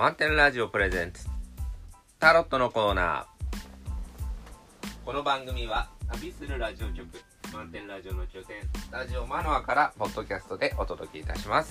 満点ラジオプレゼンツタロットのコーナー。この番組は旅するラジオ局満点ラジオの拠点ラジオマノアからポッドキャストでお届けいたします。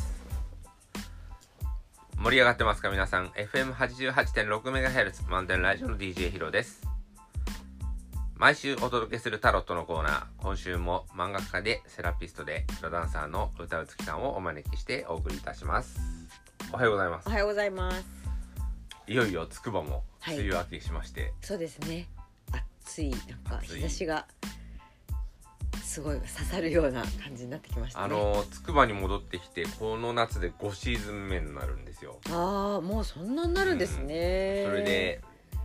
盛り上がってますか皆さん。 FM88.6MHz 満点ラジオの DJ ヒロです。毎週お届けするタロットのコーナー、今週も漫画家でセラピストでプロダンサーの歌うつきさんをお招きしてお送りいたします。おはようございます。 おはようございます。 いよいよつくばも梅雨明けしまして、 そうですね。暑い、なんか日差しがすごい刺さるような感じになってきましたね。 つくばに戻ってきてこの夏で5シーズン目になるんですよ。 ああ、もうそんなになるんですね。 それで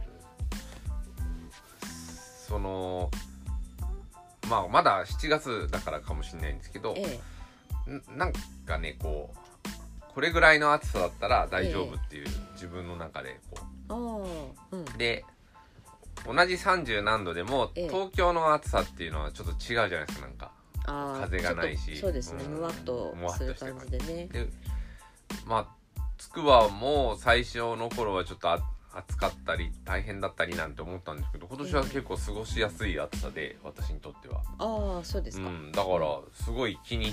まだ7月だからかもしれないんですけど、なんかねこれぐらいの暑さだったら大丈夫っていう、自分の中でで同じ30何度でも、東京の暑さっていうのはちょっと違うじゃないですか。なんか風がないし、 そうですね、むわっとする感じでね。 でつくばも最初の頃はちょっと暑かったり大変だったりなんて思ったんですけど、今年は結構過ごしやすい暑さで、私にとっては。ああ、そうですか。だからすごい気に入って、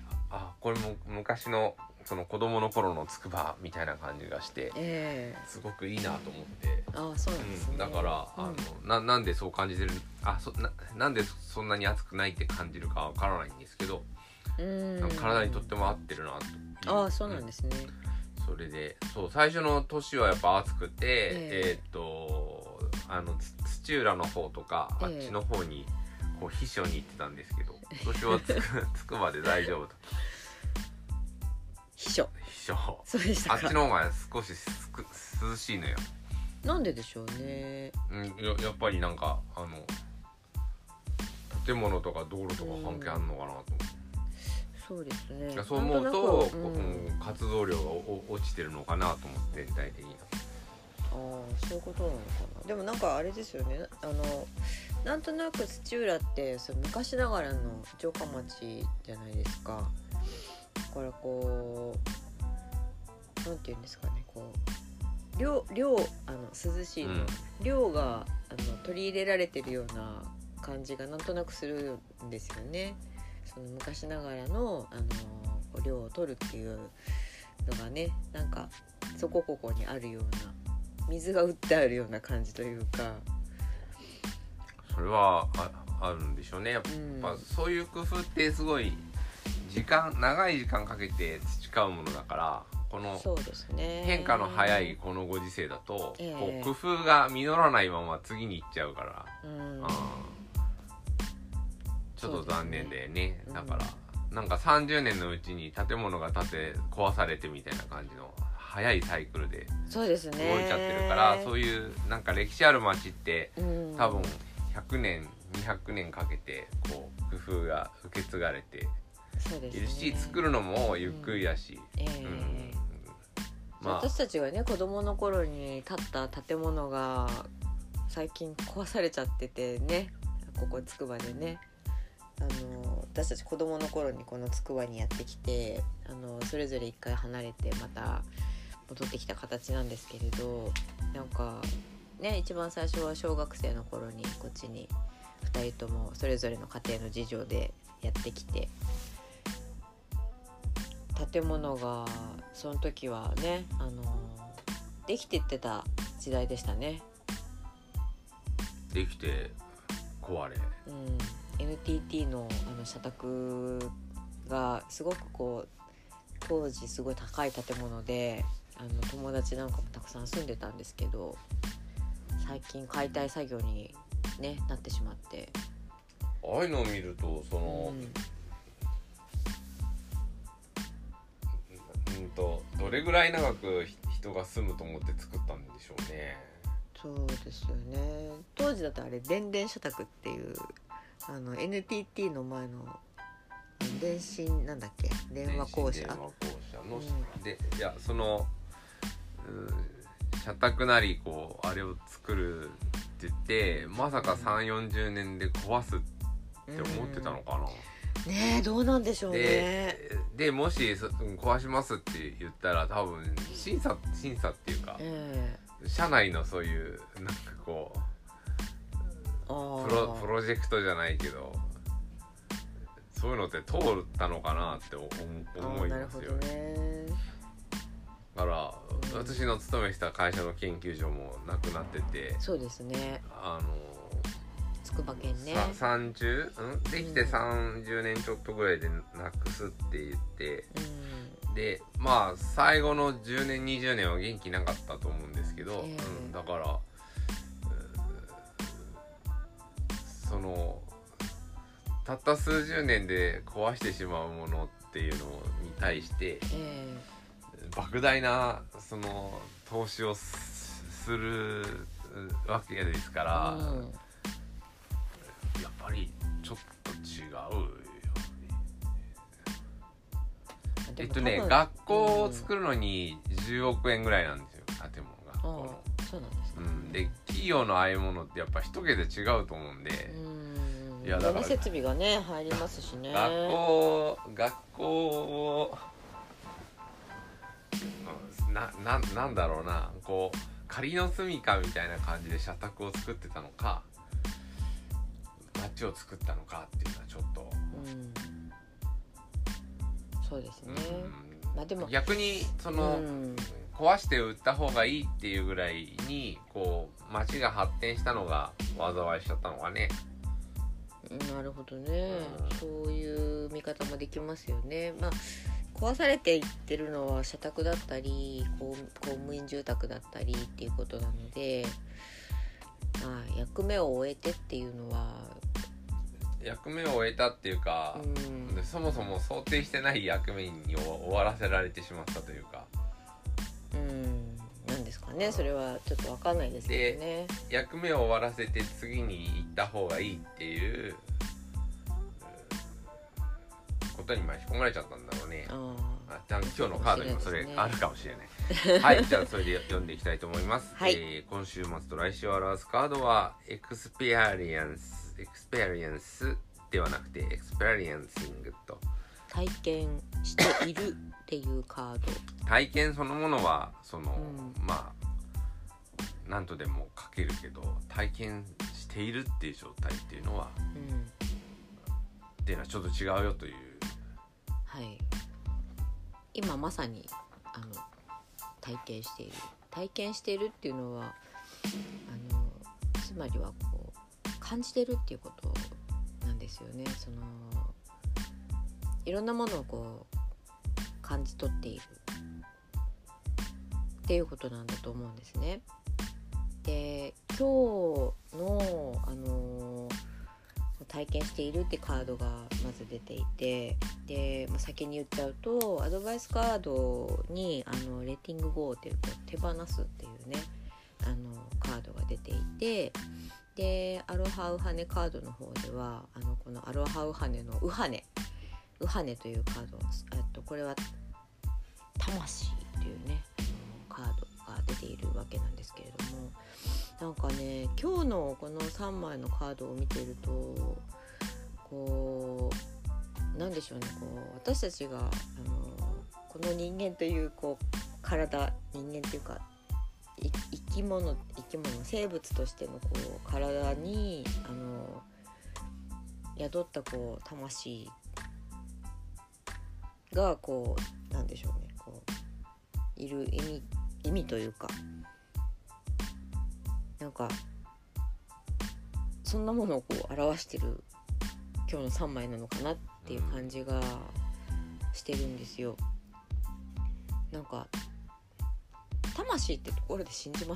これも昔のその子供の頃のつくばみたいな感じがして、すごくいいなと思って。 そうなんですね。だからなんでそう感じてる、なんでそんなに暑くないって感じるかわからないんですけど、体にとっても合ってるなと。 そうなんですね。 それで最初の年はやっぱ暑くて、土浦の方とか、あっちの方に避暑に行ってたんですけど、今年はつくばで大丈夫と。 秘書。そうでしたか。 あっちの方が少し涼しいのよ。 なんででしょうね。 やっぱりなんか建物とか道路とか関係あんのかなと思って。 そうですね。 そう思うと、活動量が落ちてるのかなと思って、全体的に。 そういうことなのかな。でもなんかあれですよね。なんとなく土浦って昔ながらの城下町じゃないですか。だからなんていうんですかね、涼涼しいの、涼が取り入れられてるような感じがなんとなくするんですよね。その昔ながらの涼を取るっていうのがね、なんかそこにあるような、水が打ってあるような感じというか。 それはあるんでしょうね。やっぱそういう工夫ってすごい長い時間かけて培うものだから、この変化の早いこのご時世だと、工夫が実らないまま次に行っちゃうから、ちょっと残念だよね。だからなんか30年のうちに建物が建て壊されてみたいな感じの早いサイクルで動いちゃってるから、そういうなんか歴史ある街って多分100年200年かけて工夫が受け継がれているし、作るのもゆっくりだし、 私たちがね子供の頃に建った建物が最近壊されちゃっててね、ここつくばでね、私たち子供の頃にこのつくばにやってきて、それぞれ一回離れてまた戻ってきた形なんですけれど、なんかね、一番最初は小学生の頃にこっちに2人ともそれぞれの家庭の事情でやってきて、建物がその時はね、できてってた時代でしたね。 できて壊れ、 NTT の社宅がすごく当時すごい高い建物で、友達なんかもたくさん住んでたんですけど、最近解体作業に、なってしまって、 ああいうのを見るとどれぐらい長く人が住むと思って作ったんでしょうね。 そうですよね。当時だとあれ電電社宅っていうNTT の前の電信なんだっけ、電話公社の、 で、いや社宅なりあれを作るって言って、まさか 3,40 年で壊すって思ってたのかな。 ねえどうなんでしょうね。 でもし壊しますって言ったら多分審査っていうか、社内のそういうなんかこうプロジェクトじゃないけどそういうのって通ったのかなって思いますよね。だから私の勤めてた会社の研究所もなくなってて、 そうですね。筑波県ね。 できて30年ちょっとぐらいでなくすって言って、でまあ最後の10年20年は元気なかったと思うんですけど、だからそのたった数十年で壊してしまうものっていうのに対して、莫大なその投資をするわけですから、やっぱりちょっと違うよね。学校を作るのに10億円ぐらいなんですよ、建物学校の。 そうなんですか。 で企業のああいうものってやっぱ一桁違うと思うんで、 いやだから設備がね入りますしね。 学校をなんだろうな、こう仮の住みかみたいな感じで社宅を作ってたのか街を作ったのかっていうのはちょっと、 そうですね。まあでも逆にその、壊して売った方がいいっていうぐらいにこう街が発展したのが災いしちゃったのがね。 なるほどね、そういう見方もできますよね。まあ壊されていってるのは社宅だったり公務員住宅だったりっていうことなので、まあ、役目を終えてっていうのは役目を終えたっていうか、でそもそも想定してない役目に終わらせられてしまったというか、 なんですかね、それはちょっと分かんないですけどね。 で役目を終わらせて次に行った方がいいっていうことに巻き込まれちゃったんだろうね。今日のカードにもそれあるかもしれない。はい、じゃあそれで読んでいきたいと思います。今週末と来週を表すカードはエクスペリエンスではなくてエクスペリエンシングと体験しているっていうカード。 体験そのものはその、まあ何とでも書けるけど、体験しているっていう状態っていうのは、っていうのはちょっと違うよという。 はい。今まさに体験しているっていうのはつまりはこう感じてるっていうことなんですよね。そのいろんなものをこう感じ取っているっていうことなんだと思うんですね。で今日の体験しているってカードがまず出ていて、で、先に言っちゃうとアドバイスカードにレッティングゴーっていう手放すっていうねカードが出ていて、でアロハウハネカードの方ではこのアロハウハネのウハネというカード、これは魂というねカードが出ているわけなんですけれども、なんかね今日のこの3枚のカードを見てるとこうなんでしょうね、こう私たちがこの人間というこう体、人間というか生き物生物としてのこう体に宿ったこう魂がこうなんでしょうね、こういる意味というか、なんかそんなものをこう表してる今日の3枚なのかなっていう感じがしてるんですよ。なんか魂ってところで信じます？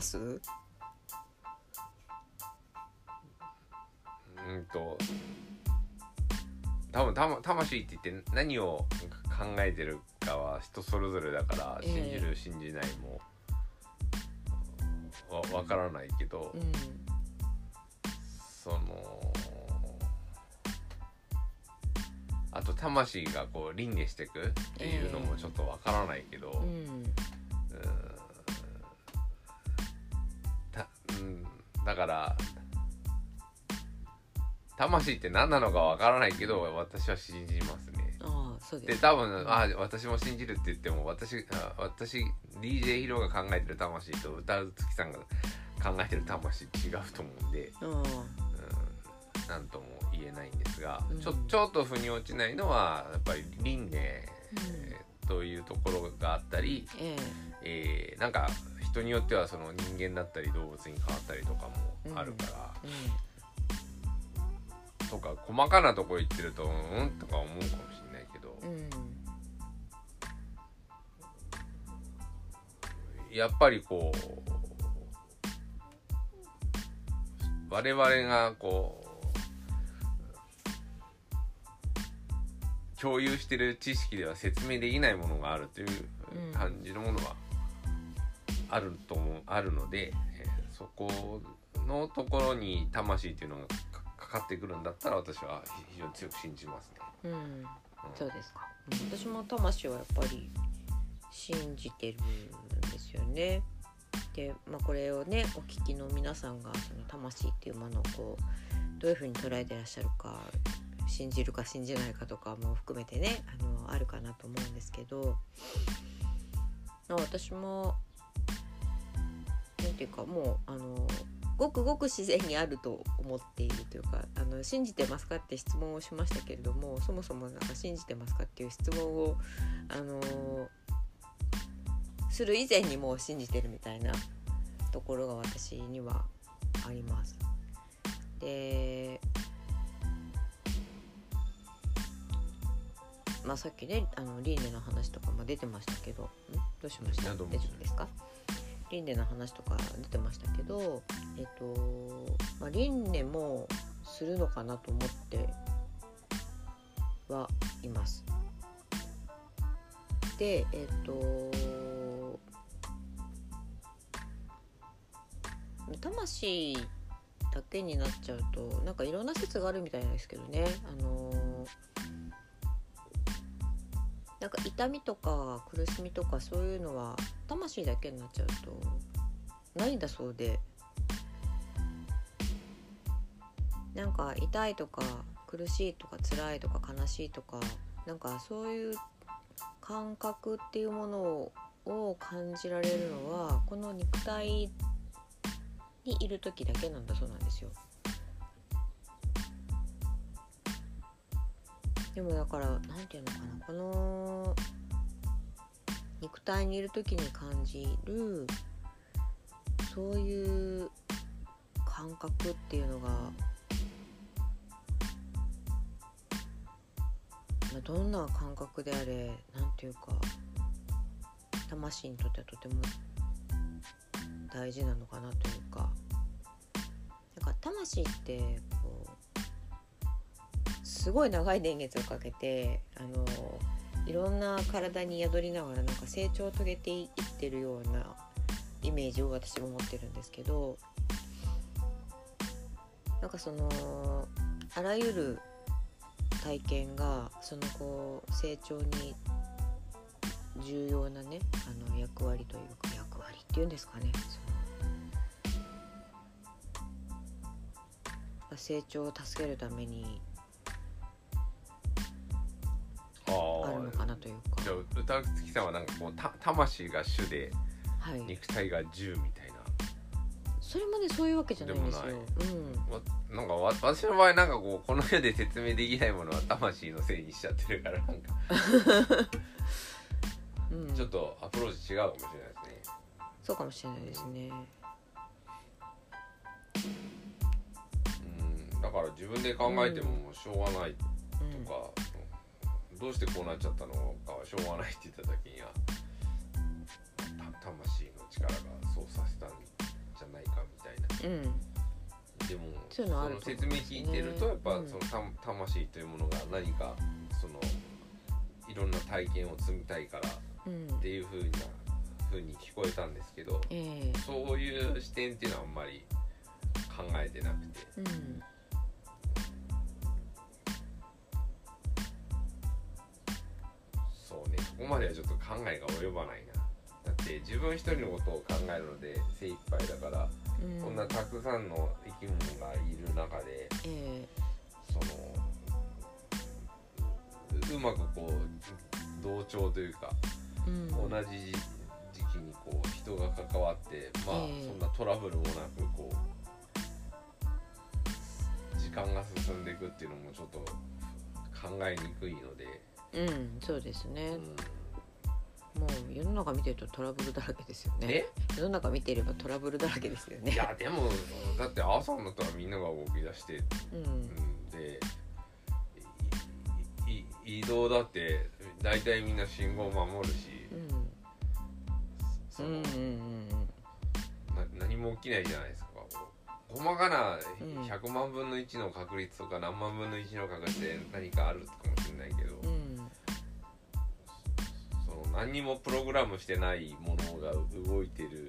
多分魂って言って何を考えてるかは人それぞれだから、信じる信じないもわからないけど、そのあと魂がこう輪廻していくっていうのもちょっとわからないけど、だから魂って何なのかわからないけど私は信じますね。 そうです。 で多分私も信じるって言っても私 DJ ヒロが考えてる魂と歌う月さんが考えてる魂違うと思うんで、なんとも言えないんですが、ちょっと腑に落ちないのはやっぱり輪廻、というところがあったり、なんか人によってはその人間だったり動物に変わったりとかもあるから、とか細かなとこ言ってるととか思うかもしれないけど、やっぱりこう我々がこう共有してる知識では説明できないものがあるという感じのものはあるので、そこのところに魂っていうのがかかってくるんだったら私は非常に強く信じますね。 そうですか。私も魂はやっぱり信じてるんですよね。で、これをねお聞きの皆さんがその魂っていうものをこうどういうふうに捉えてらっしゃるか、信じるか信じないかとかも含めてねあるかなと思うんですけど、私もなんていうかもうごくごく自然にあると思っているというか、信じてますかって質問をしましたけれども、そもそもなんか信じてますかっていう質問をする以前にもう信じてるみたいなところが私にはあります。で、さっきね輪廻の話とかも出てましたけど、どうしました？大丈夫ですか？輪廻の話とか出てましたけど、輪廻もするのかなと思ってはいます。で、魂だけになっちゃうとなんかいろんな説があるみたいなんですけどね、なんか痛みとか苦しみとかそういうのは魂だけになっちゃうとないんだそうで、なんか痛いとか苦しいとか辛いとか悲しいとかなんかそういう感覚っていうものを感じられるのはこの肉体にいる時だけなんだそうなんですよ。でもだからなんていうのかな、この肉体にいる時に感じるそういう感覚っていうのが、どんな感覚であれなんていうか魂にとってはとても大事なのかなというか、なんか魂ってこうすごい長い年月をかけていろんな体に宿りながらなんか成長を遂げていってるようなイメージを私も持ってるんですけど、なんかそのあらゆる体験がそのこう成長に重要なね役割というか役割っていうんですかね、成長を助けるためにあるのかなというか。 じゃあ歌う月さんはなんかこう魂が主で、肉体が銃みたいな、 それまでそういうわけじゃないんですよ。 なんか私の場合なんかこうこの世で説明できないものは魂のせいにしちゃってるからなんかちょっとアプローチ違うかもしれないですね。 そうかもしれないですね。 だから自分で考えてもしょうがないとか、どうしてこうなっちゃったのかはしょうがないって言った時には魂の力がそうさせたんじゃないかみたいな、でもその説明聞いてるとやっぱその魂というものが何かそのいろんな体験を積みたいからっていう風に聞こえたんですけど、そういう視点っていうのはあんまり考えてなくて、そうね、そこまではちょっと考えが及ばないな。だって自分一人のことを考えるので精一杯だから、こんなたくさんの生き物がいる中で、 うまくこう同調というか、同じ時期にこう人が関わって、そんなトラブルもなくこう時間が進んでいくっていうのもちょっと考えにくいので、 そうですね、もう世の中見てるとトラブルだらけですよね。世の中見てればトラブルだらけですよね。 いやでもだって朝になったらみんなが動き出して、で移動だって大体みんな信号守るし、何も起きないじゃないですか。細かな100万分の1の確率とか何万分の1の確率で何かあるかもしれないけど、何にもプログラムしてないものが動いてる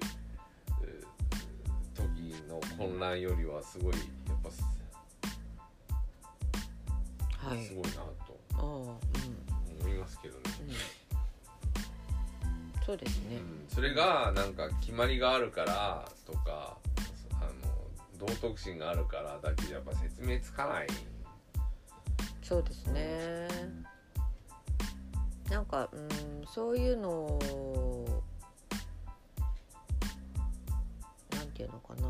時の混乱よりはすごいやっぱ、すごいなと思いますけどね。 そうですね、 それがなんか決まりがあるからとか道徳心があるからだけじゃやっぱ説明つかない。 そうですね、なんかそういうのをなんていうのかな、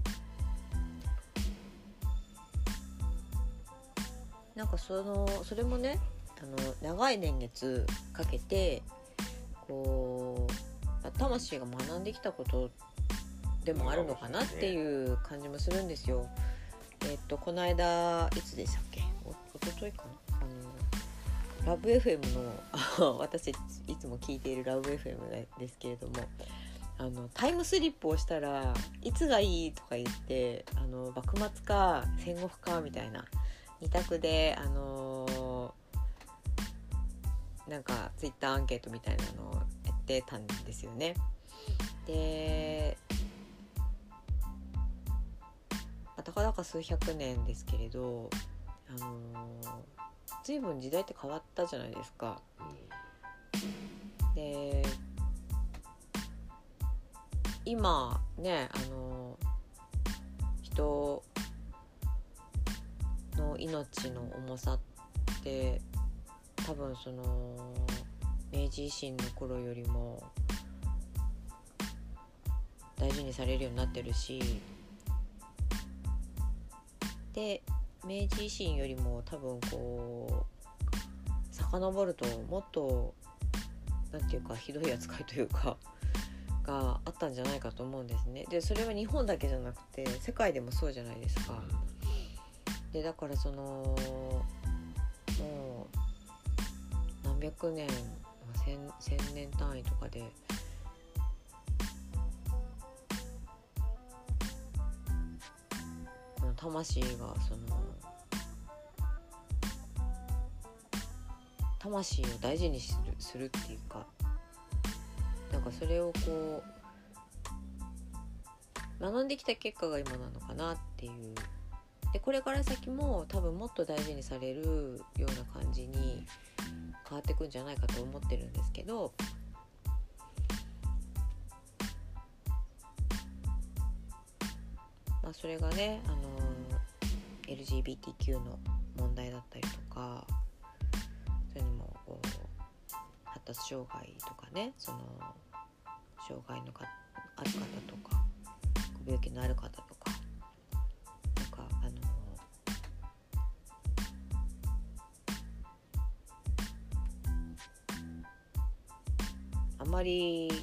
なんかそれもね、長い年月かけてこう魂が学んできたことでもあるのかなっていう感じもするんですよ。この間いつでしたっけ、おとといかな、ラブ FM の私いつも聞いているラブ FM ですけれども、タイムスリップをしたらいつがいいとか言って幕末か戦国かみたいな2択でなんかツイッターアンケートみたいなのをやってたんですよね。でたかだか数百年ですけれど、随分時代って変わったじゃないですか。で今ね、人の命の重さって多分明治維新の頃よりも大事にされるようになってるし、で明治維新よりも多分こう遡るともっとなんていうかひどい扱いというかがあったんじゃないかと思うんですね。でそれは日本だけじゃなくて世界でもそうじゃないですか。でだからもう何百年千年単位とかでこの魂が魂を大事にするっていうか、なんかそれをこう学んできた結果が今なのかなっていう。でこれから先も多分もっと大事にされるような感じに変わっていくんじゃないかと思ってるんですけど、それがねLGBTQ の問題だったりとか、それにもこう発達障害とかね、障害のある方とか病気のある方とかあまり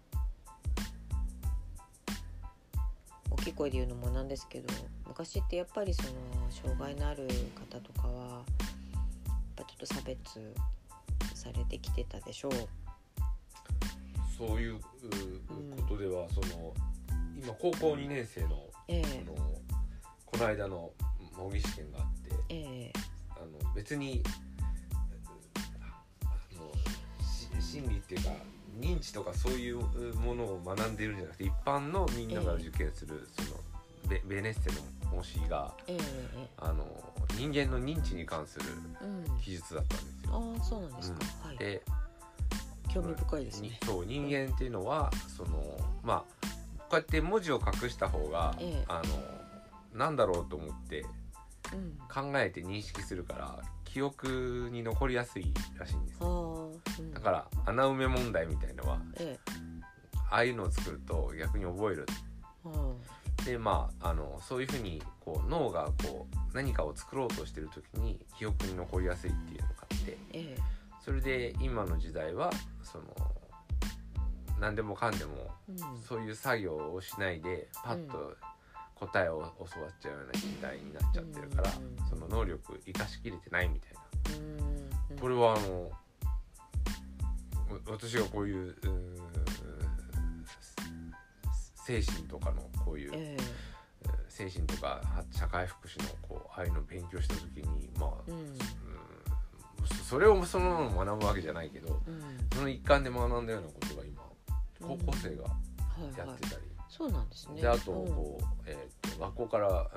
大きい声で言うのもなんですけど、昔ってやっぱり障害のある方とかはやっぱちょっと差別されてきてたでしょう。 そういうことでは、今高校2年生の、この間の模擬試験があって、別に心理っていうか認知とかそういうものを学んでいるんじゃなくて、一般のみんなが受験するベネッセの模試が、人間の認知に関する記述だったんですよ。 ああ、そうなんですか。はい。で興味深いですね。 そう人間っていうのはこうやって文字を隠した方が、なんだろうと思って考えて認識するから記憶に残りやすいらしいんです、だから穴埋め問題みたいのは、ああいうのを作ると逆に覚える、でそういうふうにこう脳がこう何かを作ろうとしてる時に記憶に残りやすいっていうのがあって、それで今の時代はその何でもかんでもそういう作業をしないでパッと答えを教わっちゃうような時代になっちゃってるから、その能力生かしきれてないみたいな、これは私がこういう、精神とかのこういう、精神とか社会福祉のこうああいうのを勉強した時にそれをそのまま学ぶわけじゃないけど、その一環で学んだようなことが今高校生がやってたり、 そうなんですね。 であとこう、学校から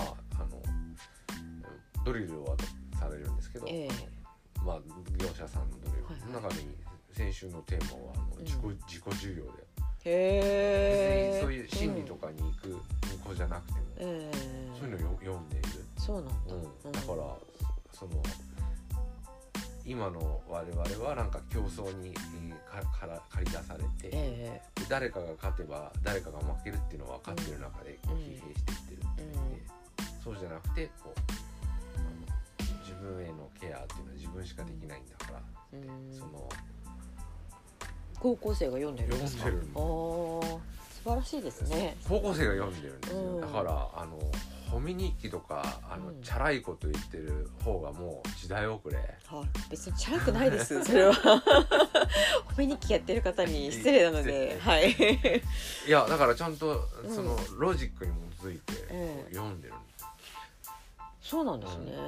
ドリルをされるんですけど、業者さんのドリルの中に先週のテーマは自己授業で、別にそういう心理とかに行く子じゃなくても、そういうのを読んでいる。 そうなんだ、 だからその今の我々はなんか競争に駆り出されて、誰かが勝てば誰かが負けるっていうのは分かってる中でこう疲弊していってるっていうので、そうじゃなくてこう自分へのケアっていうのは自分しかできないんだから、その高校生が読んでるんですか？素晴らしいですね。 高校生が読んでるんですよ。だから褒め日記とかチャラいこと言ってる方がもう時代遅れ。 別にチャラくないですそれは褒め日記やってる方に失礼なので、 いやだからちゃんとそのロジックに基づいて読んでるんです。 そうなんですね。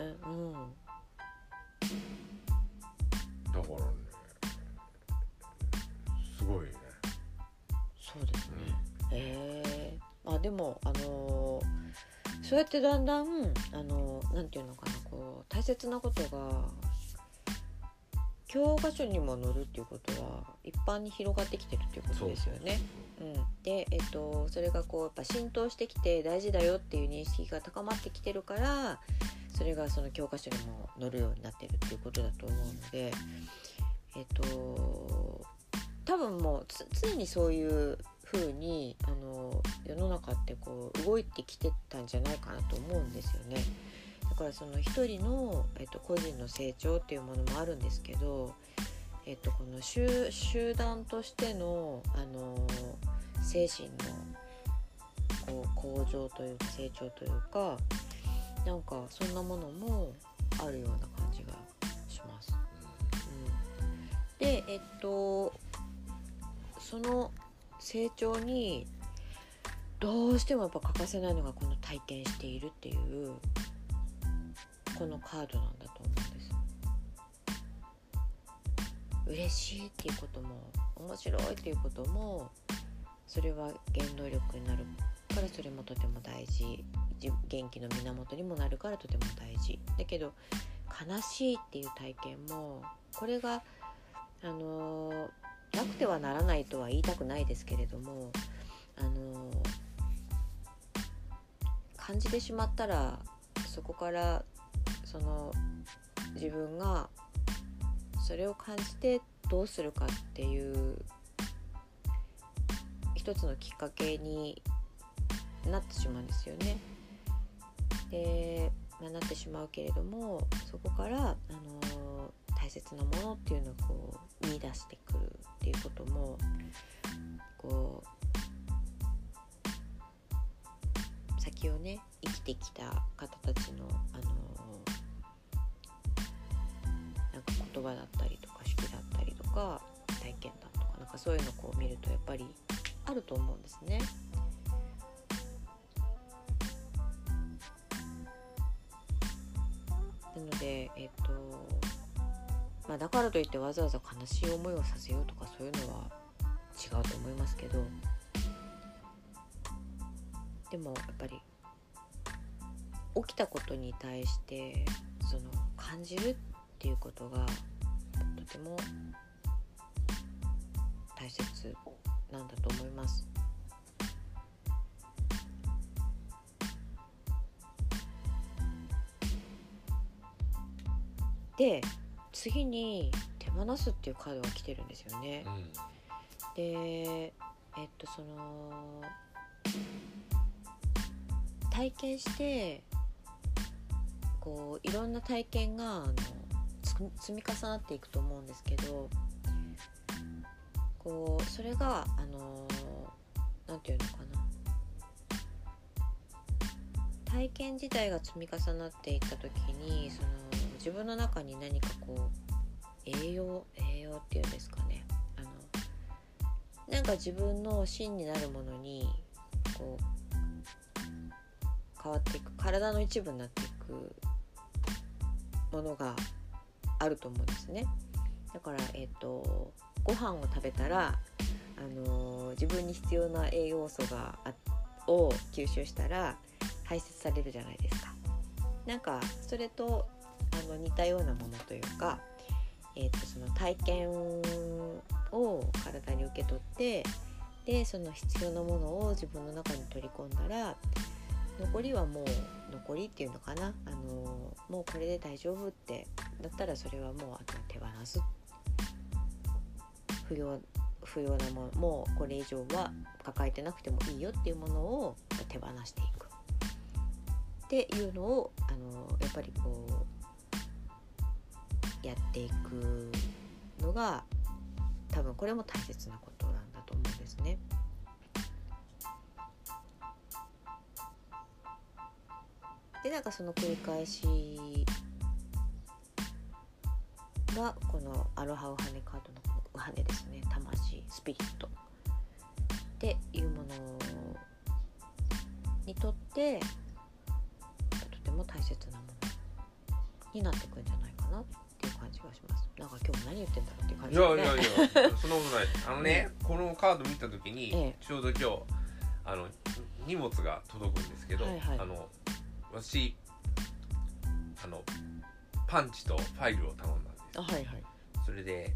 だからね、すごいね。 そうですね。でもそうやってだんだんなんていうのかな、こう大切なことが教科書にも載るっていうことは一般に広がってきてるっていうことですよね。で、それがこうやっぱ浸透してきて大事だよっていう認識が高まってきてるから、それがその教科書にも載るようになってるっていうことだと思うので、多分もう常にそういう風に世の中ってこう動いてきてたんじゃないかなと思うんですよね。だからその一人の、個人の成長っていうものもあるんですけど、この集団としての、精神のこう向上というか成長というか、なんかそんなものもあるような感じがします。でその成長にどうしてもやっぱ欠かせないのがこの体験しているっていうこのカードなんだと思うんです。嬉しいっていうことも面白いっていうことも、それは原動力になるからそれもとても大事、元気の源にもなるからとても大事だけど、悲しいっていう体験もこれがなくてはならないとは言いたくないですけれども、感じてしまったらそこからその自分がそれを感じてどうするかっていう一つのきっかけになってしまうんですよね。で、なってしまうけれども、そこから大切なものっていうのをこう見出してくるっていうこともこう先をね生きてきた方たちのなんか言葉だったりとか手記だったりとか体験談とかなんかそういうのをこう見るとやっぱりあると思うんですね。なのでだからといってわざわざ悲しい思いをさせようとかそういうのは違うと思いますけど、でもやっぱり起きたことに対してその感じるっていうことがとても大切なんだと思います。 で次に手放すっていうカードが来てるんですよね。でその体験してこういろんな体験が積み重なっていくと思うんですけど、こうそれがなんていうのかな、体験自体が積み重なっていった時にその自分の中に何かこう栄養っていうんですかね、なんか自分の芯になるものにこう変わっていく、体の一部になっていくものがあると思うんですね。だからご飯を食べたら自分に必要な栄養素を吸収したら排泄されるじゃないですか。なんかそれと似たようなものというか、その体験を体に受け取って、でその必要なものを自分の中に取り込んだら、残りはもう残りっていうのかな、もうこれで大丈夫ってだったらそれはもう手放す、不要なもの、もうこれ以上は抱えてなくてもいいよっていうものを手放していくっていうのをやっぱりこうやっていくのが多分これも大切なことなんだと思うんですね。でなんかその繰り返しがこのアロハウハネカードのウハネですね、魂、スピリットっていうものにとってとても大切なものになってくるんじゃないかなっていう感じがします。なんか今日何言ってんだろうっていう感じですね。 いやそんなことない。このカード見た時に、ちょうど今日荷物が届くんですけど、私パンチとファイルを頼んだんです。それで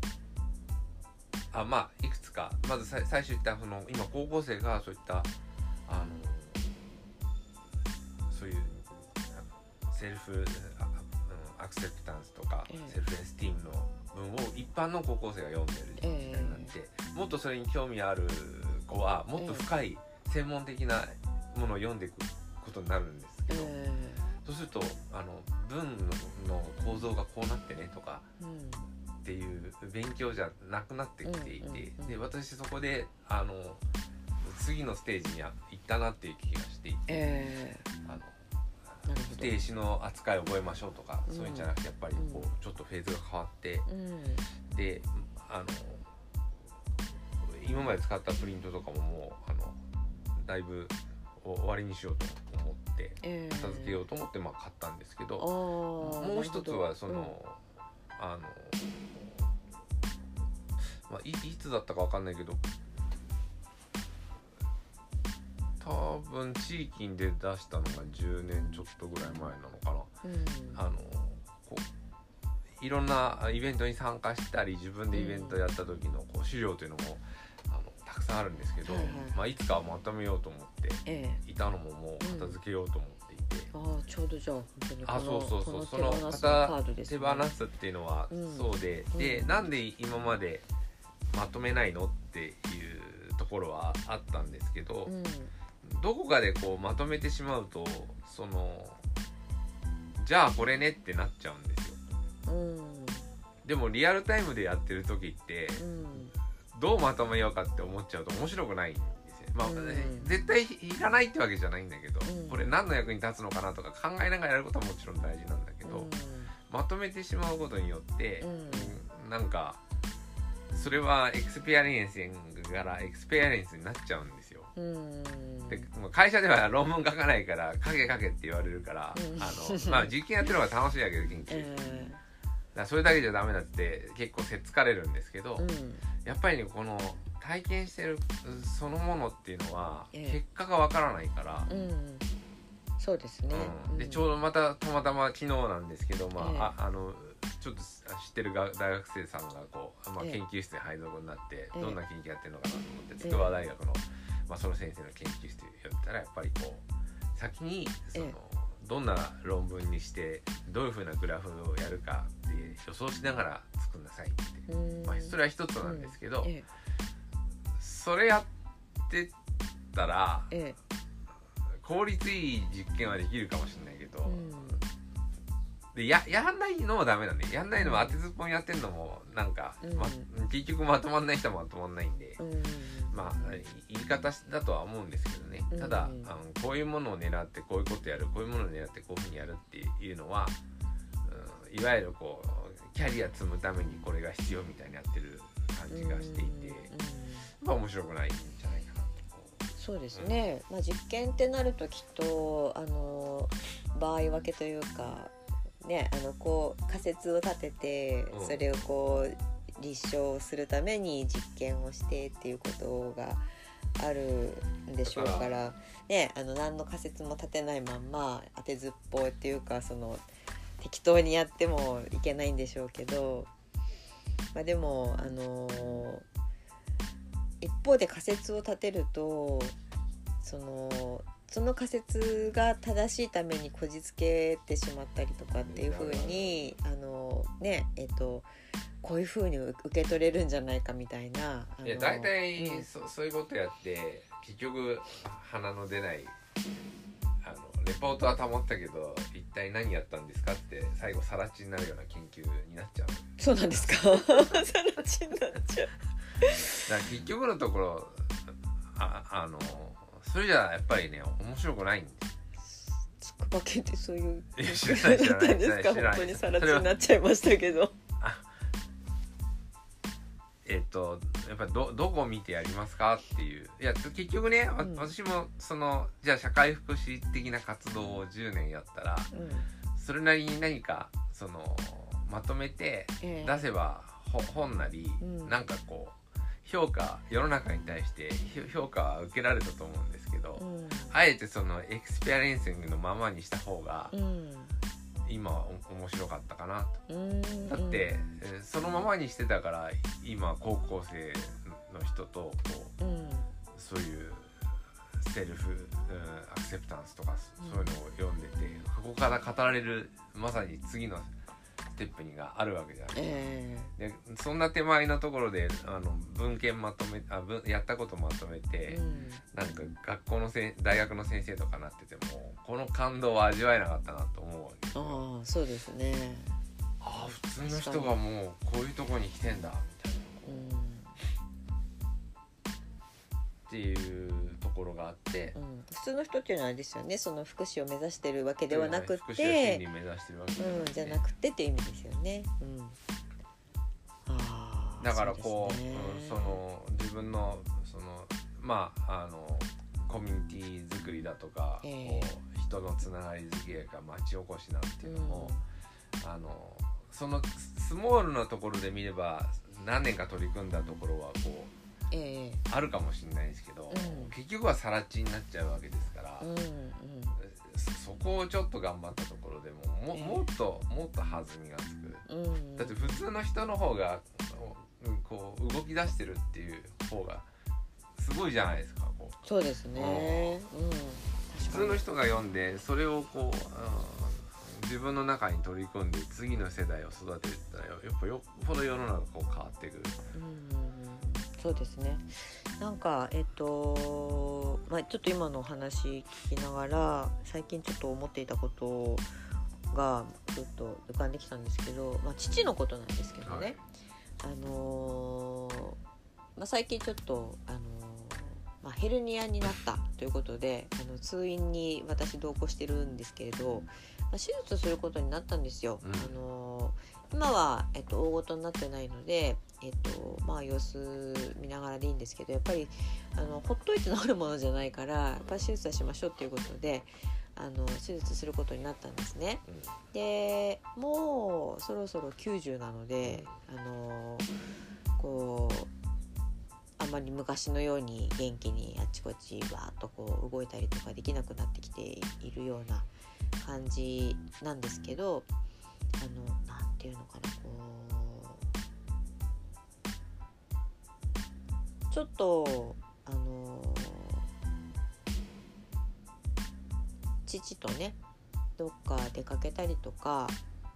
いくつかまず最初言った今高校生がそういったそういうセルフアクセプタンスとか、セルフエスティームの文を一般の高校生が読んでる時代になって、もっとそれに興味ある子はもっと深い専門的なものを読んでいくことになるんですけど、そうすると文の構造がこうなってねとか、っていう勉強じゃなくなってきていて、で私そこで次のステージに行ったなっていう気がしていて、ステージの扱いを覚えましょうとか、そういうんじゃなくてやっぱりこうちょっとフェーズが変わって、で今まで使ったプリントとかももうだいぶ終わりにしようと思って片付けようと思って買ったんですけど、もう一つはその、いつだったか分かんないけど、多分地域で出したのが10年ちょっとぐらい前なのかな。こういろんなイベントに参加したり自分でイベントやった時のこう資料というのもたくさんあるんですけど、いつかはまとめようと思っていたのももう片付けようと思っていて、 ちょうどじゃあ本当にそうその手放すっていうのはそうで、なんで今までまとめないのっていうところはあったんですけど、どこかでこうまとめてしまうとじゃあこれねってなっちゃうんですよ。でもリアルタイムでやってる時って、どうまとめようかって思っちゃうと面白くないんですよ。絶対いらないってわけじゃないんだけど、これ何の役に立つのかなとか考えながらやることはもちろん大事なんだけど、まとめてしまうことによって、なんかそれはエクスペアリエンスからエクスペアリエンスになっちゃうんですよ。で会社では論文書かないから書けって言われるから、実験やってるのが楽しいだけで研究、だからそれだけじゃダメだって結構せっつかれるんですけど、やっぱりねこの体験してるそのものっていうのは結果がわからないから、 そうですね、 でちょうどたまたま昨日なんですけど、ちょっと知ってる大学生さんがこう、研究室に配属になって、どんな研究やってるのかなと思って筑波大学の、その先生の研究室に寄ったら、やっぱりこう先にどんな論文にしてどういう風なグラフをやるかって予想しながら作んなさいって、まあ、それは一つなんですけど、それやってたら、効率いい実験はできるかもしれないけど、でやらないのもダメなんで、やんないのも当てずっぽんやってんのもなんか、結局まとまんない人はまとまんないんで、まあ言い方だとは思うんですけどね。ただこういうものを狙ってこういうことやる、こういうものを狙ってこういうふうにやるっていうのは、いわゆるこうキャリア積むためにこれが必要みたいにやってる感じがしていて、まあ面白くないんじゃないかなと。 そうですね、まあ、実験ってなるときっと場合分けというかね、こう仮説を立ててそれをこう立証するために実験をしてっていうことがあるんでしょうからね、何の仮説も立てないまんま当てずっぽうっていうか、その適当にやってもいけないんでしょうけど、まあ、でも一方で仮説を立てるとその仮説が正しいためにこじつけてしまったりとかっていう風にこういう風に受け取れるんじゃないかみたいな。 いや大体、そういうことやって結局鼻の出ないレポートは保ったけど一体何やったんですかって最後さら地になるような研究になっちゃう。 そうなんですかさら地になっちゃうだから結局のところそれじゃやっぱりね面白くないんで。 つくば系ってそういう知らないだったんですか。本当にさら地になっちゃいましたけどやっぱりどこを見てやりますかっていう。いや結局ね、私もじゃあ社会福祉的な活動を10年やったら、それなりに何かまとめて出せば、本なり、なんかこう世の中に対して評価は受けられたと思うんですけど、あえてエクスペリエンシングのままにした方が、今は面白かったかなと。だってそのままにしてたから今高校生の人とそういうセルフ、アクセプタンスとかそういうのを読んでて、ここから語られるまさに次のステップにがあるわけじゃないですか。でそんな手前のところで文献やったことまとめて、なんか学校の大学の先生とかなっててもこの感動は味わえなかったなと思うわけですよ。 そうですね。 普通の人がもうこういうとこに来てんだみたいな、っていうところがあって、 普通の人っていうのはあれですよね、その福祉を目指してるわけではなくて、 福祉を心理目指してるわけではなくて、 じゃなくてっていう意味ですよね。 だからこう、自分のコミュニティ作りだとか、こう人のつながりづけが町おこしなんていうのも、そのスモールなところで見れば何年か取り組んだところはこう、あるかもしれないですけど、結局はさら地になっちゃうわけですから、そこをちょっと頑張ったところでもっと弾みがつく、だって普通の人の方がこう動き出してるっていう方がすごいじゃないですか。こうそうですね、 普通の人が読んでそれをこう、自分の中に取り込んで次の世代を育てたらやっぱよっぽど世の中こう変わってくる。 そうですね。なんかちょっと今のお話聞きながら最近ちょっと思っていたことがちょっと浮かんできたんですけど、父のことなんですけどね、最近ちょっとヘルニアになったということで通院に私同行してるんですけれど、手術することになったんですよ。今は、大ごとになってないので、様子見ながらでいいんですけど、やっぱりほっといて治るものじゃないからやっぱり手術はしましょうということで手術することになったんですね。でもうそろそろ90なのでこうあまり昔のように元気にあちこちわーっとこう動いたりとかできなくなってきているような感じなんですけど、なんていうのかな、ちょっと父とねどっか出かけたりとか、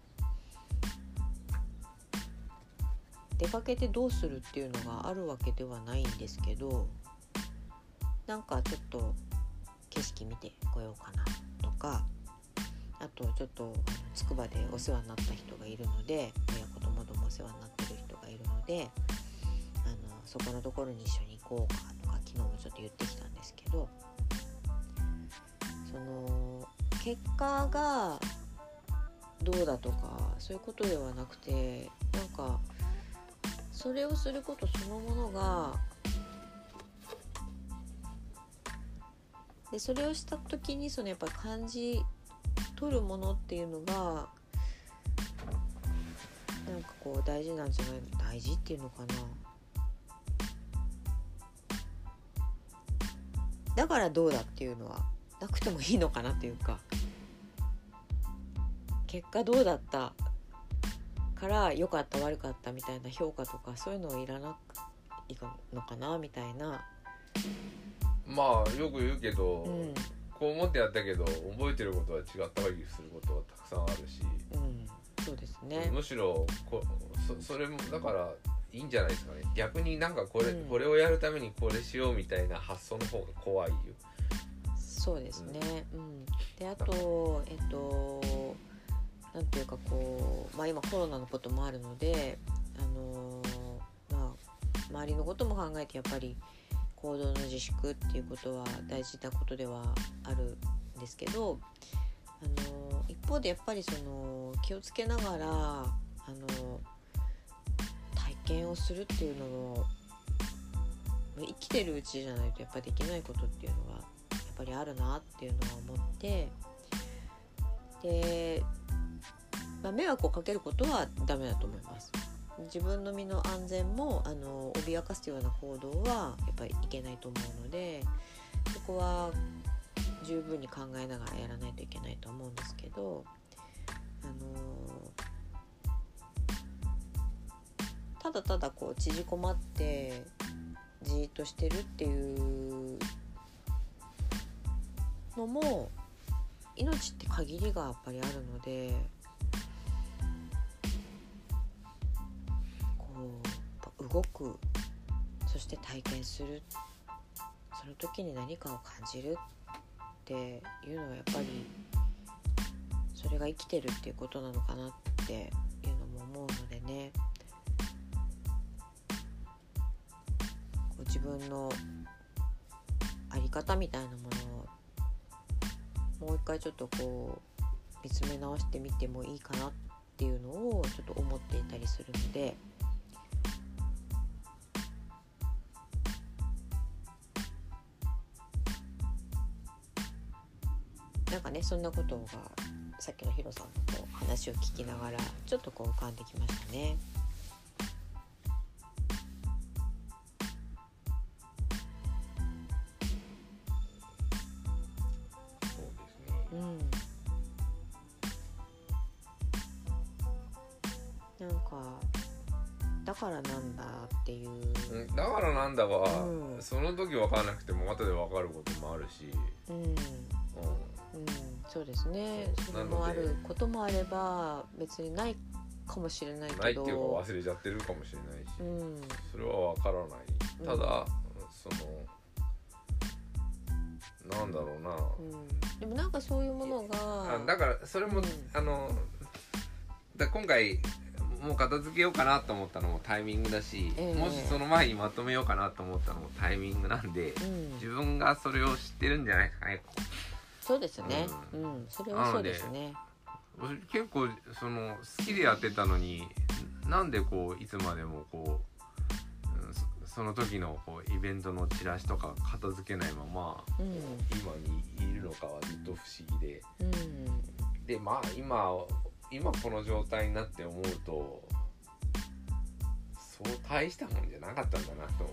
出かけてどうするっていうのがあるわけではないんですけど、なんかちょっと景色見てこようかなとか、あとちょっとつくばでお世話になった人がいるので、親子ともどもお世話になってる人がいるので、そこのところに一緒に行こうかとか昨日もちょっと言ってきたんですけど、その結果がどうだとかそういうことではなくて、なんかそれをすることそのものが、でそれをした時にそのやっぱり感じ取るものっていうのがなんかこう大事なんじゃない、大事っていうのかな。だからどうだっていうのはなくてもいいのかなっていうか、結果どうだったから良かった悪かったみたいな評価とかそういうのをいらなくいいのかなみたいな。 まあよく言うけど、こう思ってやったけど覚えてることは違ったりすることはたくさんあるし、 そうですね。 むしろそれもだからいいんじゃないですかね。逆になんかこれをやるためにこれしようみたいな発想の方が怖いよ。 そうですね。であとなんていうかこう、今コロナのこともあるので、周りのことも考えてやっぱり行動の自粛っていうことは大事なことではあるんですけど、一方でやっぱりその気をつけながら体験をするっていうのも生きてるうちじゃないとやっぱりできないことっていうのはやっぱりあるなっていうのは思って、で、迷惑をかけることはダメだと思います。自分の身の安全も脅かすような行動はやっぱりいけないと思うので、そこは十分に考えながらやらないといけないと思うんですけど、ただただこう縮こまってじーっとしてるっていうのも、命って限りがやっぱりあるので、動く、そして体験する、その時に何かを感じるっていうのはやっぱりそれが生きてるっていうことなのかなっていうのも思うのでね、こう自分のあり方みたいなものをもう一回ちょっとこう見つめ直してみてもいいかなっていうのをちょっと思っていたりするので、なんかね、そんなことがさっきのヒロさんのこう話を聞きながらちょっとこう浮かんできましたね。 そうですね。 なんかだからなんだっていう、 だからなんだは、その時分からなくても後で分かることもあるし、 そうですね。それもあることもあれば別にないかもしれないけど、 ないっていうか忘れちゃってるかもしれないし、それは分からない。ただ、そのなんだろうな、 でもなんかそういうものがだからそれも、今回もう片付けようかなと思ったのもタイミングだし、もしその前にまとめようかなと思ったのもタイミングなんで、自分がそれを知ってるんじゃないですかね。 そうですね。それはそうですね。 結構その好きでやってたのに、なんでこういつまでもこう、その時のこうイベントのチラシとか片付けないまま、今にいるのかはずっと不思議で、で今この状態になって思うと、そう大したもんじゃなかったんだなと。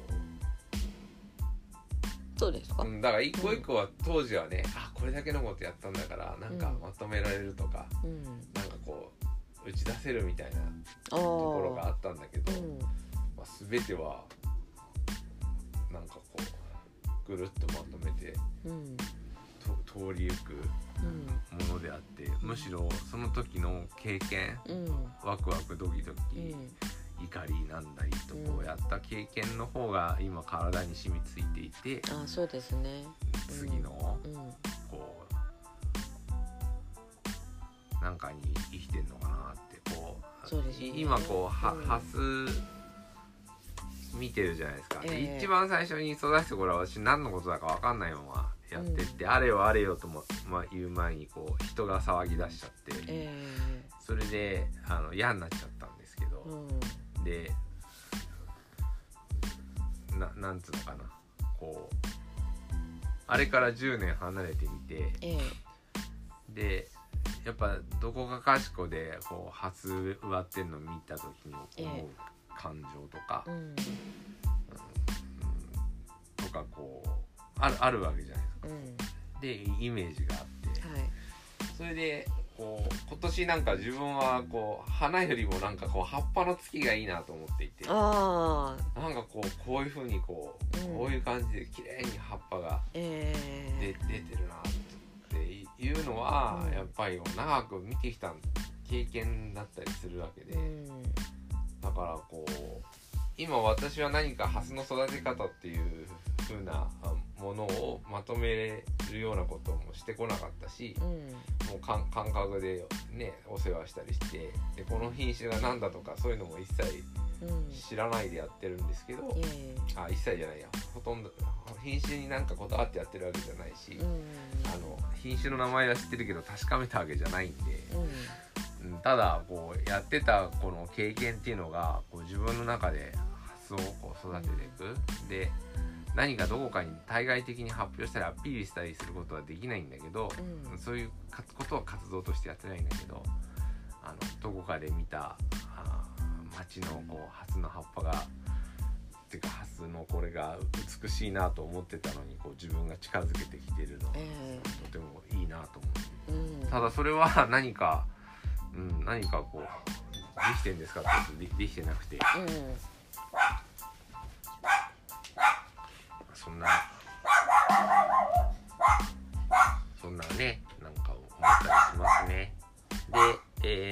そうですか。 だから一個一個は当時はね、これだけのことやったんだからなんかまとめられるとか、なんかこう打ち出せるみたいなところがあったんだけど、全てはなんかこうぐるっとまとめて、 通りゆくものであって、むしろその時の経験、ワクワクドキドキ、怒りなんだりとこうやった経験の方が今体に染みついていて、 そうですね、 次のこうなんかに生きてんのかなってこう、そうですね、今こうハス見てるじゃないですか、一番最初に育ててこれは私何のことだか分かんないままやってって、あれよあれよとも、言う前にこう人が騒ぎ出しちゃって、それで嫌になっちゃったんですけど、でなんつうのかな、こうあれから10年離れてみて、でやっぱどこかかしこでこう初植わってんの見た時に思う感情とか、とかこうあるわけじゃないですか、でイメージがあって、それでこう今年なんか自分はこう花よりもなんかこう葉っぱの付きがいいなと思っていて、なんかこういう風にこういう感じで綺麗に葉っぱが出てるなっていうのは、やっぱり長く見てきた経験だったりするわけで、だからこう今私は何かハスの育て方っていう風なものをまとめるようなこともしてこなかったし、もう感覚でねお世話したりして、でこの品種が何だとかそういうのも一切知らないでやってるんですけど、一切じゃないや、ほとんど品種になんかこだわってやってるわけじゃないし、品種の名前は知ってるけど確かめたわけじゃないんで、ただこうやってたこの経験っていうのがこう自分の中でハスをこう育てていく、で何かどこかに対外的に発表したりアピールしたりすることはできないんだけど、そういうことは活動としてやってないんだけど、どこかで見た街のこうハスの葉っぱがっていうかハスのこれが美しいなと思ってたのにこう自分が近づけてきてるのがとてもいいなと思う、ただそれは何かこうできてんですかってできてなくて、そんなねなんか思ったりしますね。で、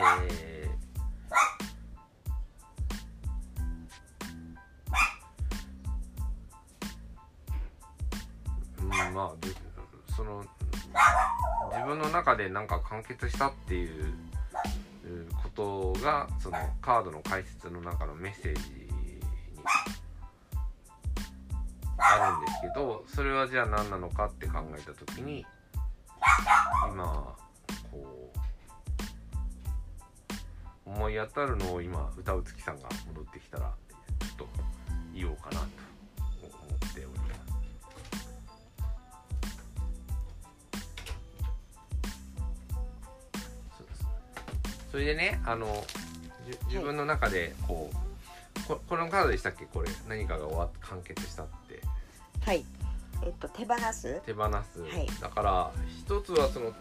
その自分の中でなんか完結したっていうことがそのカードの解説の中のメッセージにあるんですけど、それはじゃあ何なのかって考えた時に、今こう思い当たるのを今歌う月さんが戻ってきたらちょっと言おうかなと思っております。それでね、自分の中でこのカードでしたっけ、これ何かが完結したって。 はい、手放す、 はい、だから一つはその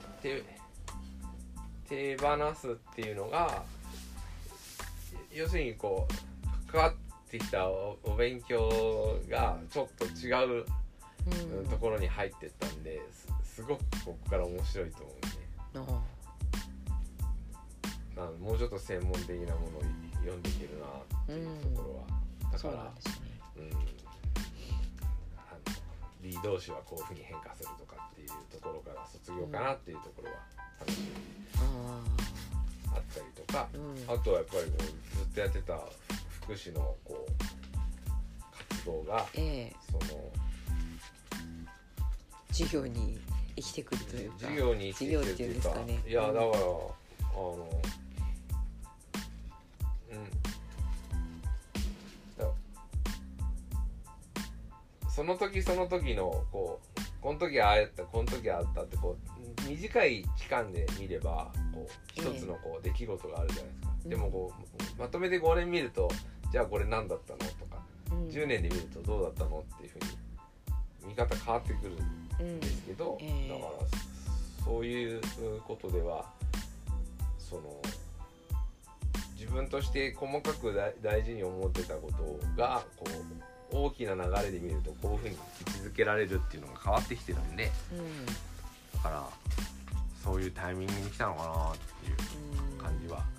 手放すっていうのが要するにこう関わってきたお勉強がちょっと違う、ところに入ってったんで、すごくここから面白いと思うね。もうちょっと専門的なものを読んでいけるなっていうところは、だから、B 同士はこういうふうに変化するとかっていうところから卒業かなっていうところは楽しみあったりとか、あとはやっぱりこうずっとやってた福祉のこう活動が、その授業に生きてくるというか、 授業に生きてくるっていうか、いやだからその時その時のこの時はああやった、この時はあったってこう短い期間で見ればこう一つのこう出来事があるじゃないですか。でもこうまとめて5年見ると、じゃあこれ何だったのとか、10年で見るとどうだったのっていうふうに見方変わってくるんですけど、だからそういうことではその自分として細かく大事に思ってたことがこう大きな流れで見るとこういうふうに位置づけられるっていうのが変わってきてるんで、 だからそういうタイミングに来たのかなっていう感じは、はい、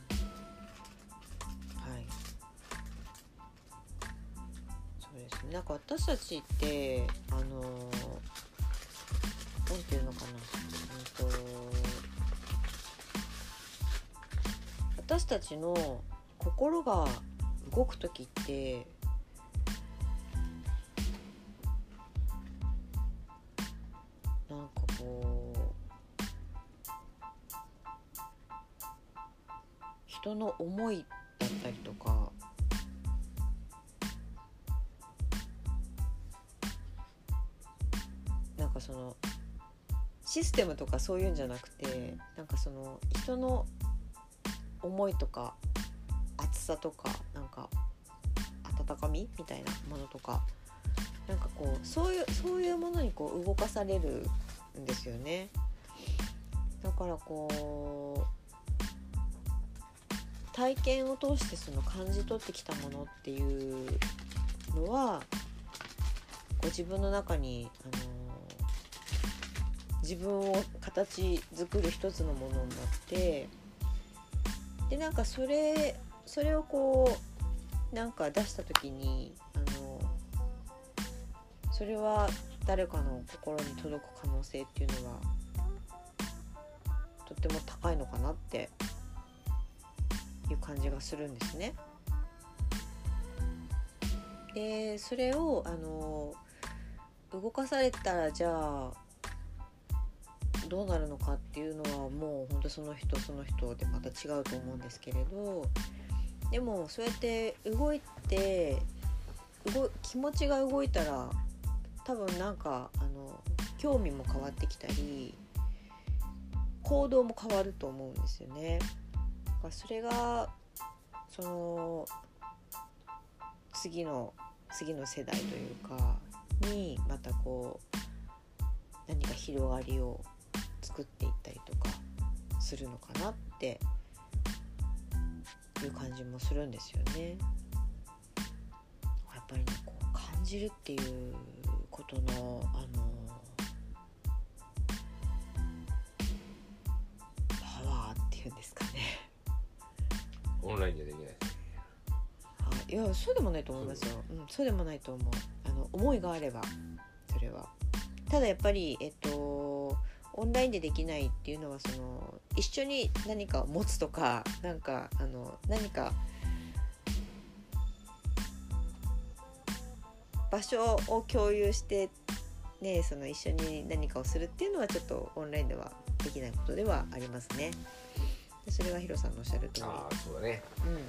そうですね。なんか私たちってなんていうのかな、私たちの心が動くときってなんかこう人の思いだったりとかなんかそのシステムとかそういうんじゃなくてなんかその人の思いとか熱さとかなんか温かみみたいなものとかなんかこうそういうものにこう動かされるんですよね。だからこう体験を通してその感じ取ってきたものっていうのはこう自分の中に自分を形作る一つのものになってでなんかそれをこうなんか出した時にそれは誰かの心に届く可能性っていうのはとっても高いのかなっていう感じがするんですね。でそれを動かされたらじゃあどうなるのかっていうのはもう本当その人その人でまた違うと思うんですけれどでもそうやって動いて気持ちが動いたら多分なんか興味も変わってきたり行動も変わると思うんですよね。だからそれがその次の世代というかにまたこう何か広がりを作っていったりとかするのかなっていう感じもするんですよね。やっぱりねこう感じるっていうことのパワーっていうんですかね。 オンラインじゃできないですね。 いやそうでもないと思いますよ。そうでもないと思う。思いがあればそれは。ただやっぱりオンラインでできないっていうのはその一緒に何かを持つとかなんか何か場所を共有してねその一緒に何かをするっていうのはちょっとオンラインではできないことではありますね。でそれはヒロさんのおっしゃる通り。 ああそうだね。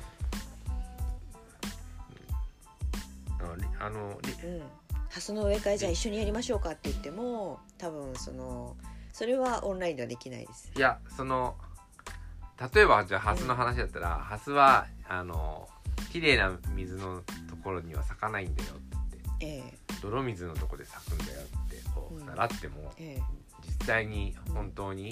ハスの植え替えじゃあ一緒にやりましょうかって言っても多分それはオンラインではできないです。 いや例えばじゃあハスの話だったら、ハスは綺麗な水のところには咲かないんだよって言って、泥水のところで咲くんだよってこう習っても、実際に本当に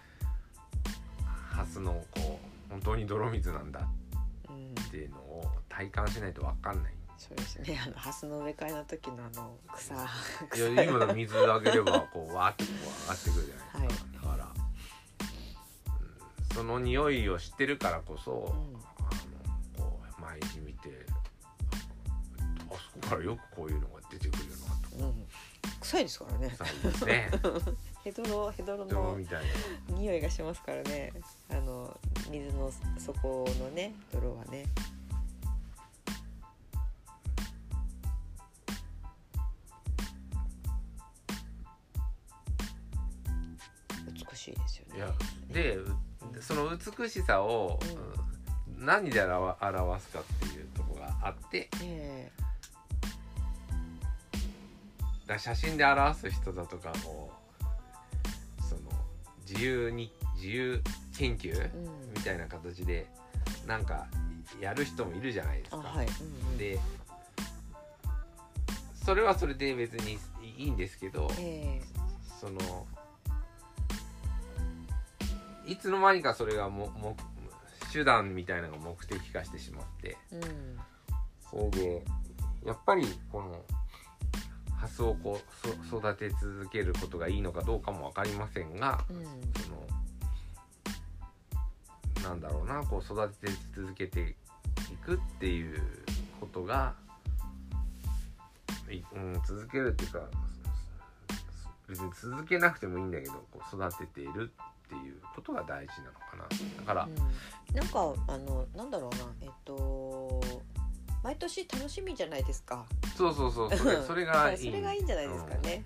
ハスのこう本当に泥水なんだっていうのを体感しないと分かんない。 そうですね。ハスの植え替えの時の草いや今の水あげればこうわーってこう上がってくるじゃないですか、だから、その匂いを知ってるからこそ、こう毎日見てあそこからよくこういうのが出てくるよなと、 臭いですからね。 臭いですねヘドロのみたいな匂いがしますからね。水の底のね泥はね。美しいですよね。 いやでその美しさを、何で表すかっていうところがあって、だ写真で表す人だとかもその自由研究、みたいな形でなんかやる人もいるじゃないですか。でそれはそれで別にいいんですけど、そのいつの間にかそれが手段みたいなのが目的化してしまって、それでやっぱりこのハスをこう育て続けることがいいのかどうかも分かりませんが、そのなんだろうな、こう育て続けていくっていうことが、続けるっていうか、別に続けなくてもいいんだけど、こう育てているっていうことが大事なのかな。だから、 なんかなんだろうな、毎年楽しみじゃないですか。 そうそれがいい。 それがいいんじゃないですかね。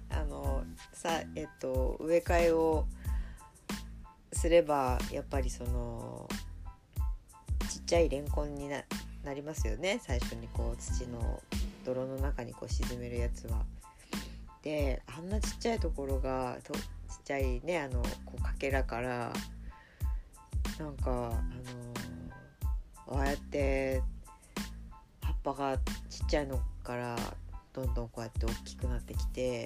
植え替えをすればやっぱりそのちっちゃいレンコンに なりますよね。最初にこう土の泥の中にこう沈めるやつは。で、あんなちっちゃいところがちっちゃいね、こうかけらからなんかああやって葉っぱがちっちゃいのからどんどんこうやって大きくなってきて、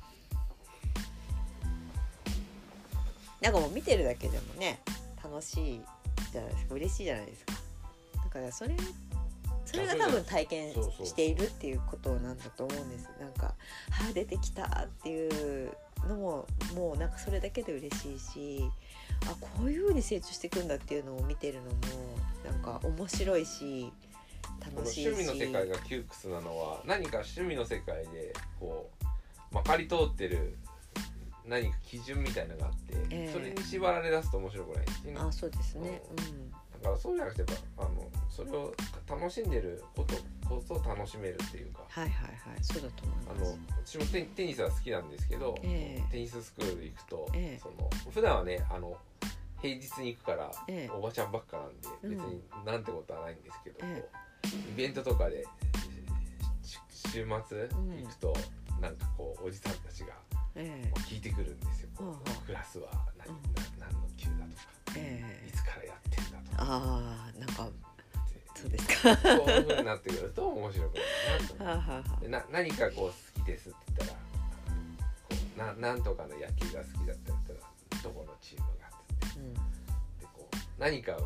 なんかもう見てるだけでもね楽しいじゃないですか、嬉しいじゃないですか。だからそれが多分体験しているっていうことなんだと思うんです。なんか出てきたっていうのももうなんかそれだけで嬉しいし、こういう風に成長していくんだっていうのを見てるのもなんか面白いし楽しいし。 趣味の世界が窮屈なのは、何か趣味の世界でこうまかり通ってる何か基準みたいなのがあって、それに縛られ出すと面白くないですね。 そうですね。 だからそうじゃなくて、それを楽しんでることこそ楽しめるっていうか。 そうだと思います。 私もテニスは好きなんですけど、テニススクール行くと、普段はね平日に行くから、おばちゃんばっかなんで別になんてことはないんですけど、イベントとかで週末行くと、なんかこうおじさんたちが聞いてくるんですよ。クラスは何の級だとか、いつからやってんだとか。 なんかそうですか。 そういう風になってくると面白くなるなと。何かこう好きですって言ったら、なんとかの野球が好きだったらどこのチームがって、でこう何か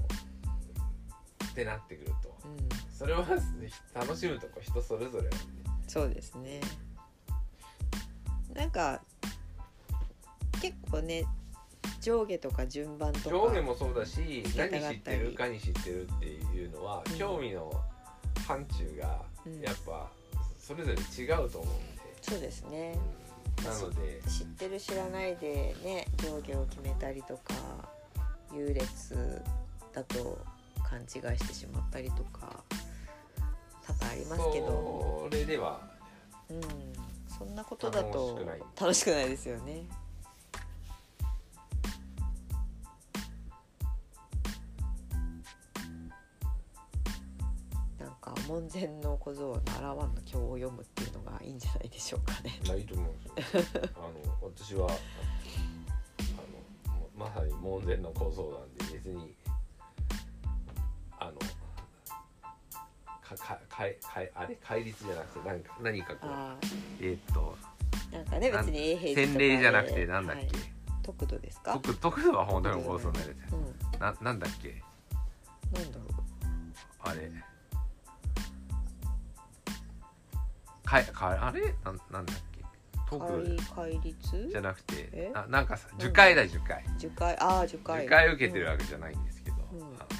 ってなってくると、それは楽しむとこ人それぞれなんで。 そうですね。なんか結構ね、上下とか順番とか、 上下もそうだし、何知ってるかに知ってるっていうのは、興味の範疇がやっぱそれぞれ違うと思うんで。 そうですね。 なので知ってる知らないでね、上下を決めたりとか優劣だと勘違いしてしまったりとか多々ありますけど、 それではそんなことだと楽しくないですよね。なんか門前の小僧は習わんの経を読むっていうのがいいんじゃないでしょうかね。 いいと思うんですよ。私はまさに門前の小僧なんで、別に戒律じゃなくて何かこうなんかね、別に永平寺とか洗礼じゃなくてなんだっけ、 得度ですか。 得度は本当に小僧のやつ、なんだっけ、 なんだろう、 あれあれなんだっけ、 戒律じゃなくて、なんかさ、樹海受会受けてるわけじゃないんですけど、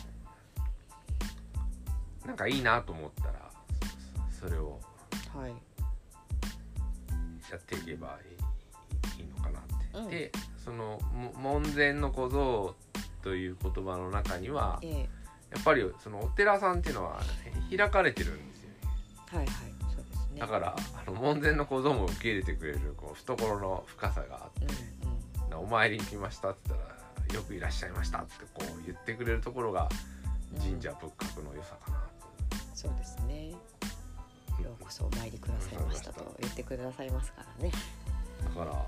なんかいいなと思ったらそれをやっていけばいいのかなって、でその門前の小僧という言葉の中には、やっぱりそのお寺さんっていうのは開かれてるんですよね。 そうですね。 だから門前の小僧も受け入れてくれるこう懐の深さがあって、お参りに来ましたって言ったらよくいらっしゃいましたってこう言ってくれるところが神社仏閣の良さかなと。 そうですね。ようこそお参りくださいましたと言ってくださいますからね。 だから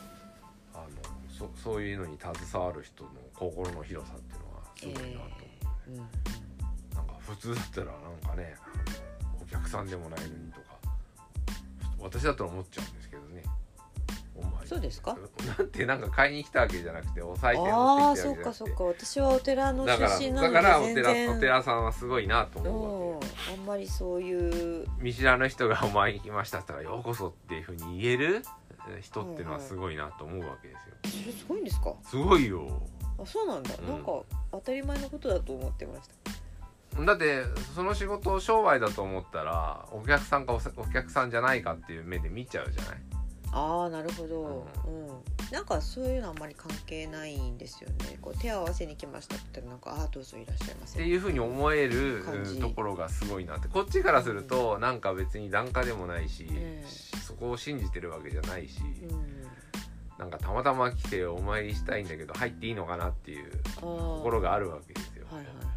そういうのに携わる人の心の広さっていうのはすごいなと思う、なんか普通だったらなんかね、お客さんでもないのにとか私だったら思っちゃうんですけどね。 そうですか。 なんか買いに来たわけじゃなくてお賽銭持ってきたわけじゃなくて、 そうか私はお寺の出身なのでだからお寺さんはすごいなと思うわけ。 あんまりそういう見知らぬ人がお前に来ましたって言ったらようこそっていう風に言える人っていうのはすごいなと思うわけですよ。 それすごいんですか？ すごいよ。 あ、そうなんだ、なんか当たり前のことだと思ってました。 だってその仕事を商売だと思ったらお客さんかお客さんじゃないかっていう目で見ちゃうじゃない。 ああ、なるほど、なんかそういうのあんまり関係ないんですよね。こう手を合わせに来ましたって言ったらなんかどうぞいらっしゃいませっていう風に思えるところがすごいなって。こっちからするとなんか別に檀家でもないし、そこを信じてるわけじゃないし、なんかたまたま来てお参りしたいんだけど入っていいのかなっていうところがあるわけですよ。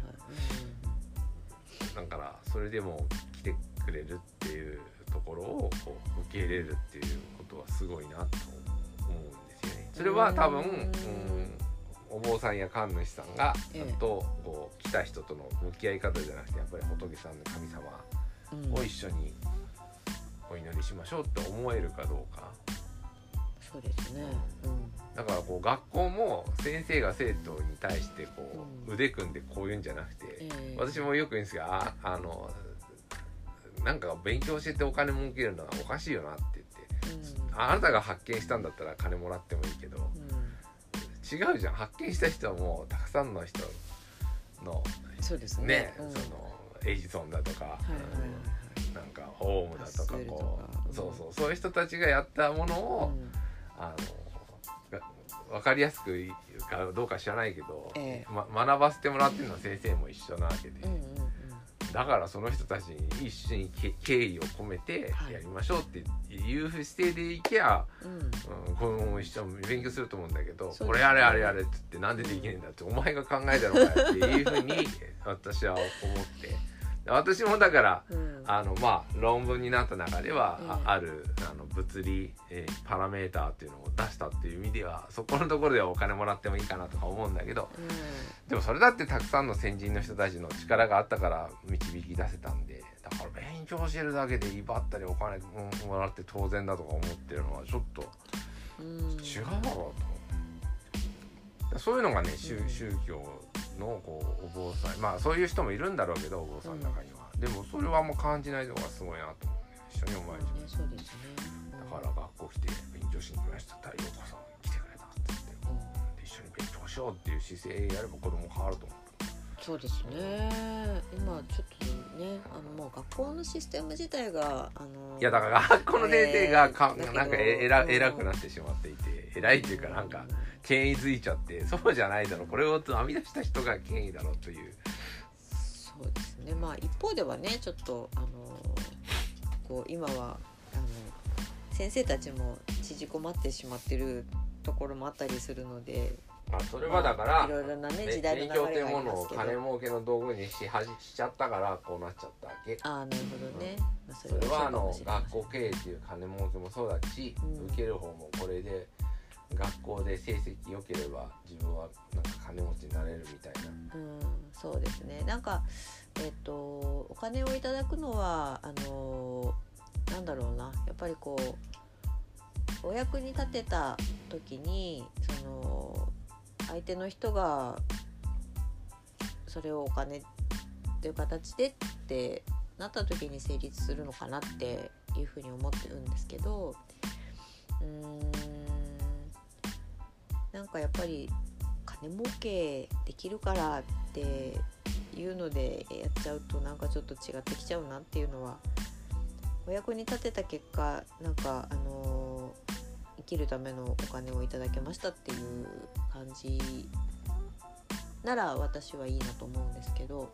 だからそれでも来てくれるっていうところをこう受け入れるっていうことはすごいなと思うんですよね。それは多分、お坊さんや神主さんがとこう来た人との向き合い方じゃなくてやっぱり仏さんの神様を一緒にお祈りしましょうって思えるかどうか。 そうですね、 だからこう学校も先生が生徒に対してこう腕組んでこう言うんじゃなくて、私もよく言うんですがなんか勉強しててお金儲けるのはおかしいよなって言って、あなたが発見したんだったら金もらってもいいけど、違うじゃん。発見した人はもうたくさんの人のそうですね、 そのエジソンだとか、なんかオウムだとかこう、そういう人たちがやったものを、分かりやすくかどうか知らないけど、学ばせてもらってるのは先生も一緒なわけで、だからその人たちに一緒に敬意を込めてやりましょうっていう姿勢でいけば、このも一緒に勉強すると思うんだけど、これあれあれあれって言ってなんでできねえんだってお前が考えたのかよっていうふうに私は思って。私もだから、論文になった中では、ある物理、パラメーターっていうのを出したっていう意味ではそこのところではお金もらってもいいかなとか思うんだけど、でもそれだってたくさんの先人の人たちの力があったから導き出せたんで、だから勉強してるだけで威張ったりお金もらって当然だとか思ってるのはちょっと違うだろうと思う。そういうのがね、宗教のこうお坊さん、そういう人もいるんだろうけどお坊さんの中には、でもそれはもう感じないのがすごいなと思うね。一緒にお参りします。 そうですね、 だから学校来て勉強しに来ました太陽子さん来てくれたって言って、一緒に勉強しようっていう姿勢やれば子供変わると思う。 そうですね。今ちょっとね、もう学校のシステム自体がいやだから学校の先生がなんか偉くなってしまっていて、偉いっていうかなんか権威づいちゃって、そうじゃないだろう、これを編み出した人が権威だろうという。 そうですね。一方ではね、ちょっとこう今は先生たちも縮こまってしまってるところもあったりするので、 それはだから、 いろいろなね時代の流れがありますけど、勉強というものを金儲けの道具にしちゃったからこうなっちゃったわけ。 なるほどね。 それは学校経営っていう金儲けもそうだし、受ける方もこれで学校で成績良ければ自分はなんか金持ちになれるみたいな。 そうですね。なんかお金をいただくのはなんだろうな、やっぱりこうお役に立てた時に相手の人がそれをお金っていう形でってなった時に成立するのかなっていうふうに思ってるんですけど、なんかやっぱり金儲けできるからっていうのでやっちゃうとなんかちょっと違ってきちゃうなっていうのは、お役に立てた結果なんか生きるためのお金をいただけましたっていう感じなら私はいいなと思うんですけど、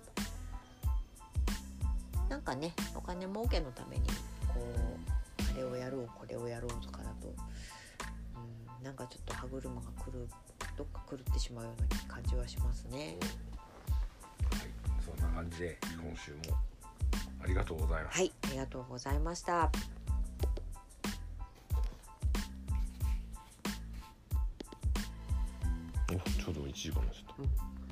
なんかねお金儲けのためにこうあれをやろうこれをやろうとかだと、なんかちょっと歯車がどっか狂ってしまうような感じはしますね。 はい、そんな感じで今週もありがとうございます。 はい、ありがとうございました。 ちょうど1時間です。